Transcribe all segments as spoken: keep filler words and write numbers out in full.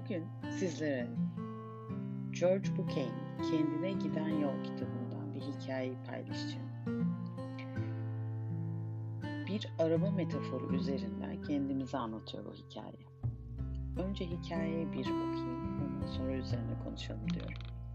Bugün sizlere George Bucay'in Kendine Giden Yol kitabından bir hikayeyi paylaşacağım. Bir araba metaforu üzerinden kendimizi anlatıyor bu hikaye. Önce hikayeye bir okuyayım, ondan sonra üzerine konuşalım diyorum.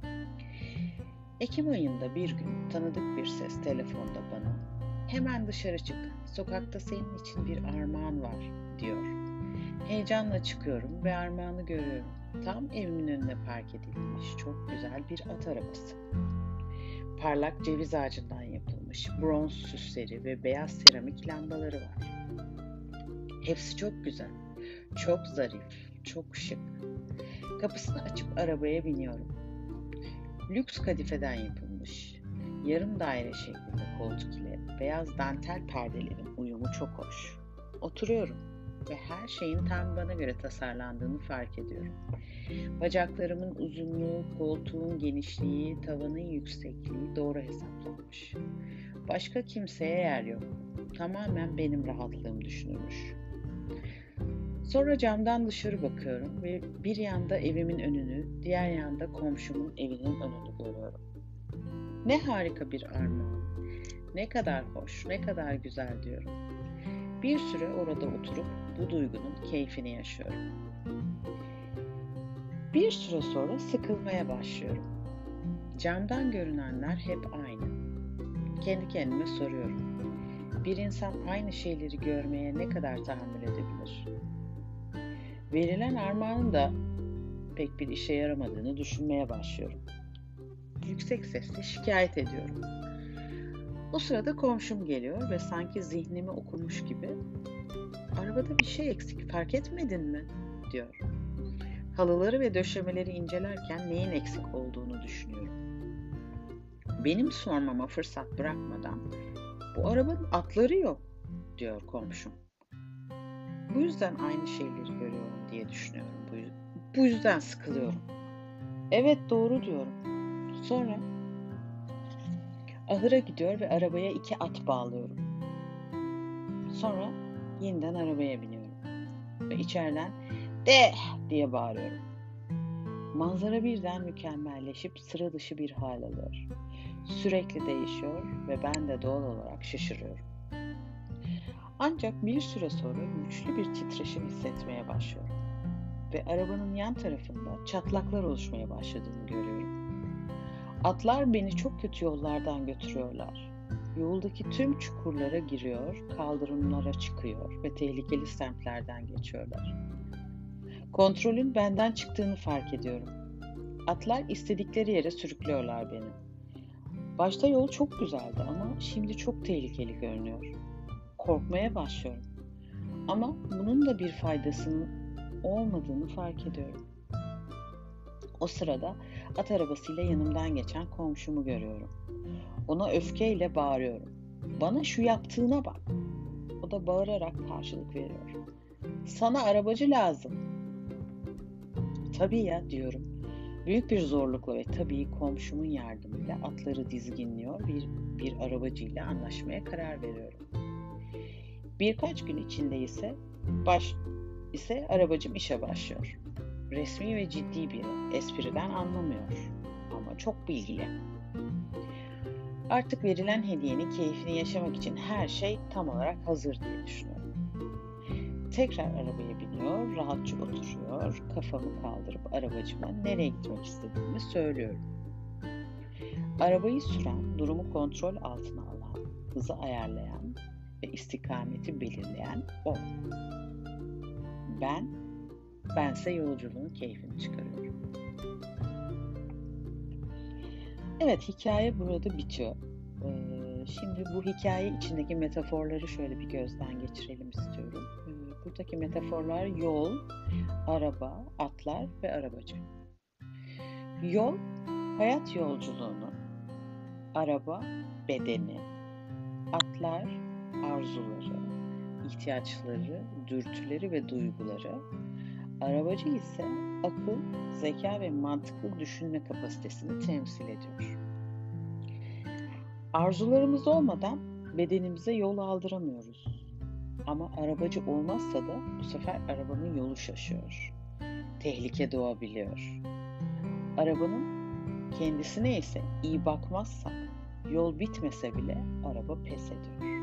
Ekim ayında bir gün tanıdık bir ses telefonda bana "Hemen dışarı çık, sokakta senin için bir armağan var" diyor. Heyecanla çıkıyorum ve armağanı görüyorum. Tam evimin önüne park edilmiş çok güzel bir at arabası. Parlak ceviz ağacından yapılmış bronz süsleri ve beyaz seramik lambaları var. Hepsi çok güzel, çok zarif, çok şık. Kapısını açıp arabaya biniyorum. Lüks kadifeden yapılmış, yarım daire şeklinde koltuk ile beyaz dantel perdelerin uyumu çok hoş. Oturuyorum ve her şeyin tam bana göre tasarlandığını fark ediyorum. Bacaklarımın uzunluğu, koltuğun genişliği, tavanın yüksekliği doğru hesaplanmış. Başka kimseye yer yok. Tamamen benim rahatlığım düşünülmüş. Sonra camdan dışarı bakıyorum ve bir yanda evimin önünü, diğer yanda komşumun evinin önünü görüyorum. Ne harika bir armağan, ne kadar hoş, ne kadar güzel diyorum. Bir süre orada oturup bu duygunun keyfini yaşıyorum. Bir süre sonra sıkılmaya başlıyorum. Camdan görünenler hep aynı. Kendi kendime soruyorum. Bir insan aynı şeyleri görmeye ne kadar tahammül edebilir? Verilen armağanın da pek bir işe yaramadığını düşünmeye başlıyorum. Yüksek sesle şikayet ediyorum. O sırada komşum geliyor ve sanki zihnimi okumuş gibi "Arabada bir şey eksik, fark etmedin mi?" diyor. Halıları ve döşemeleri incelerken neyin eksik olduğunu düşünüyorum. Benim sormama fırsat bırakmadan "Bu arabanın atları yok" diyor komşum. Bu yüzden aynı şeyleri görüyorum diye düşünüyorum. Bu, bu yüzden sıkılıyorum. Evet, doğru diyorum. Sonra ahıra gidiyor ve arabaya iki at bağlıyorum. Sonra yeniden arabaya biniyorum. Ve içeriden "De!" diye bağırıyorum. Manzara birden mükemmelleşip sıra dışı bir hal alıyor. Sürekli değişiyor ve ben de doğal olarak şaşırıyorum. Ancak bir süre sonra güçlü bir titreşim hissetmeye başlıyorum. Ve arabanın yan tarafında çatlaklar oluşmaya başladığını görüyorum. Atlar beni çok kötü yollardan götürüyorlar. Yoldaki tüm çukurlara giriyor, kaldırımlara çıkıyor ve tehlikeli semtlerden geçiyorlar. Kontrolün benden çıktığını fark ediyorum. Atlar istedikleri yere sürüklüyorlar beni. Başta yol çok güzeldi ama şimdi çok tehlikeli görünüyor. Korkmaya başlıyorum. Ama bunun da bir faydasının olmadığını fark ediyorum. O sırada at arabasıyla yanımdan geçen komşumu görüyorum. Ona öfkeyle bağırıyorum. "Bana şu yaptığına bak." O da bağırarak karşılık veriyor. "Sana arabacı lazım." "Tabii ya," diyorum. Büyük bir zorlukla ve tabii komşumun yardımıyla atları dizginliyor, bir, bir arabacıyla anlaşmaya karar veriyorum. Birkaç gün içinde ise baş ise arabacım işe başlıyor. Resmi ve ciddi biri, espriden anlamıyor ama çok bilgili. Artık verilen hediyenin keyfini yaşamak için her şey tam olarak hazır diye düşünüyorum. Tekrar arabaya biniyor, rahatça oturuyor, kafamı kaldırıp arabacıma nereye gitmek istediğimi söylüyorum. Arabayı süren, durumu kontrol altına alan, hızı ayarlayan ve istikameti belirleyen o. Ben, bense yolculuğun keyfini çıkarıyorum. Evet, hikaye burada bitiyor. Ee, şimdi bu hikaye içindeki metaforları şöyle bir gözden geçirelim istiyorum. Ee, buradaki metaforlar yol, araba, atlar ve arabacı. Yol, hayat yolculuğunu, araba, bedeni, atlar, arzuları, ihtiyaçları, dürtüleri ve duyguları, arabacı ise akıl, zeka ve mantıklı düşünme kapasitesini temsil ediyor. Arzularımız olmadan bedenimize yol aldıramıyoruz. Ama arabacı olmazsa da bu sefer arabanın yolu şaşıyor. tehlike doğabiliyor. Arabanın kendisine ise iyi bakmazsak yol bitmese bile araba pes ediyor.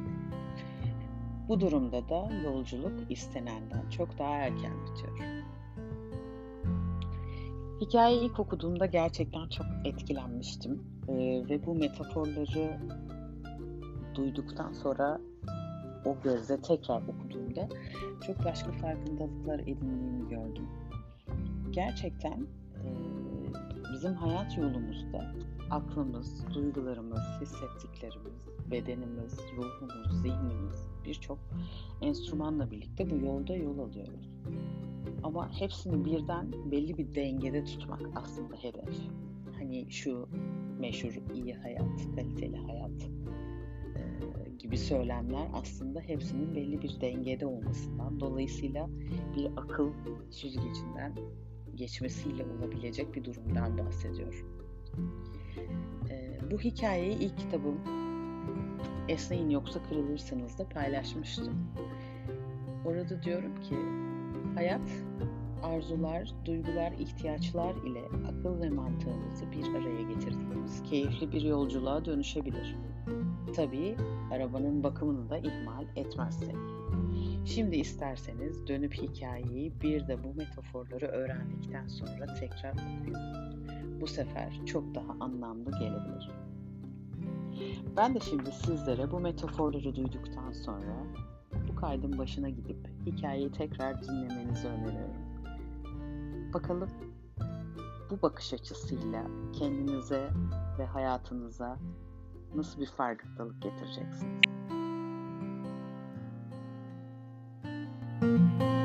Bu durumda da yolculuk istenenden çok daha erken bitiyor. Hikayeyi ilk okuduğumda gerçekten çok etkilenmiştim ee, ve bu metaforları duyduktan sonra o gözle tekrar okuduğumda çok başka farkındalıklar edindiğimi gördüm. Gerçekten e, bizim hayat yolumuzda aklımız, duygularımız, hissettiklerimiz, bedenimiz, ruhumuz, zihnimiz birçok enstrümanla birlikte bu yolda yol alıyoruz. Ama hepsini birden belli bir dengede tutmak aslında hedef. Hani şu meşhur iyi hayat, kaliteli hayat e, gibi söylemler aslında hepsinin belli bir dengede olmasından, dolayısıyla bir akıl süzgecinden geçmesiyle olabilecek bir durumdan bahsediyor. E, bu hikayeyi ilk kitabım Esneyin Yoksa Kırılırsınız da paylaşmıştım. Orada diyorum ki hayat, arzular, duygular, ihtiyaçlar ile akıl ve mantığımızı bir araya getirdiğimiz keyifli bir yolculuğa dönüşebilir. Tabii arabanın bakımını da ihmal etmezsek. Şimdi isterseniz dönüp hikayeyi bir de bu metaforları öğrendikten sonra tekrar okuyun. Bu sefer çok daha anlamlı gelebilir. Ben de şimdi sizlere bu metaforları duyduktan sonra bu kaydın başına gidip hikayeyi tekrar dinlemenizi öneriyorum. Bakalım bu bakış açısıyla kendinize ve hayatınıza nasıl bir farkındalık getireceksiniz?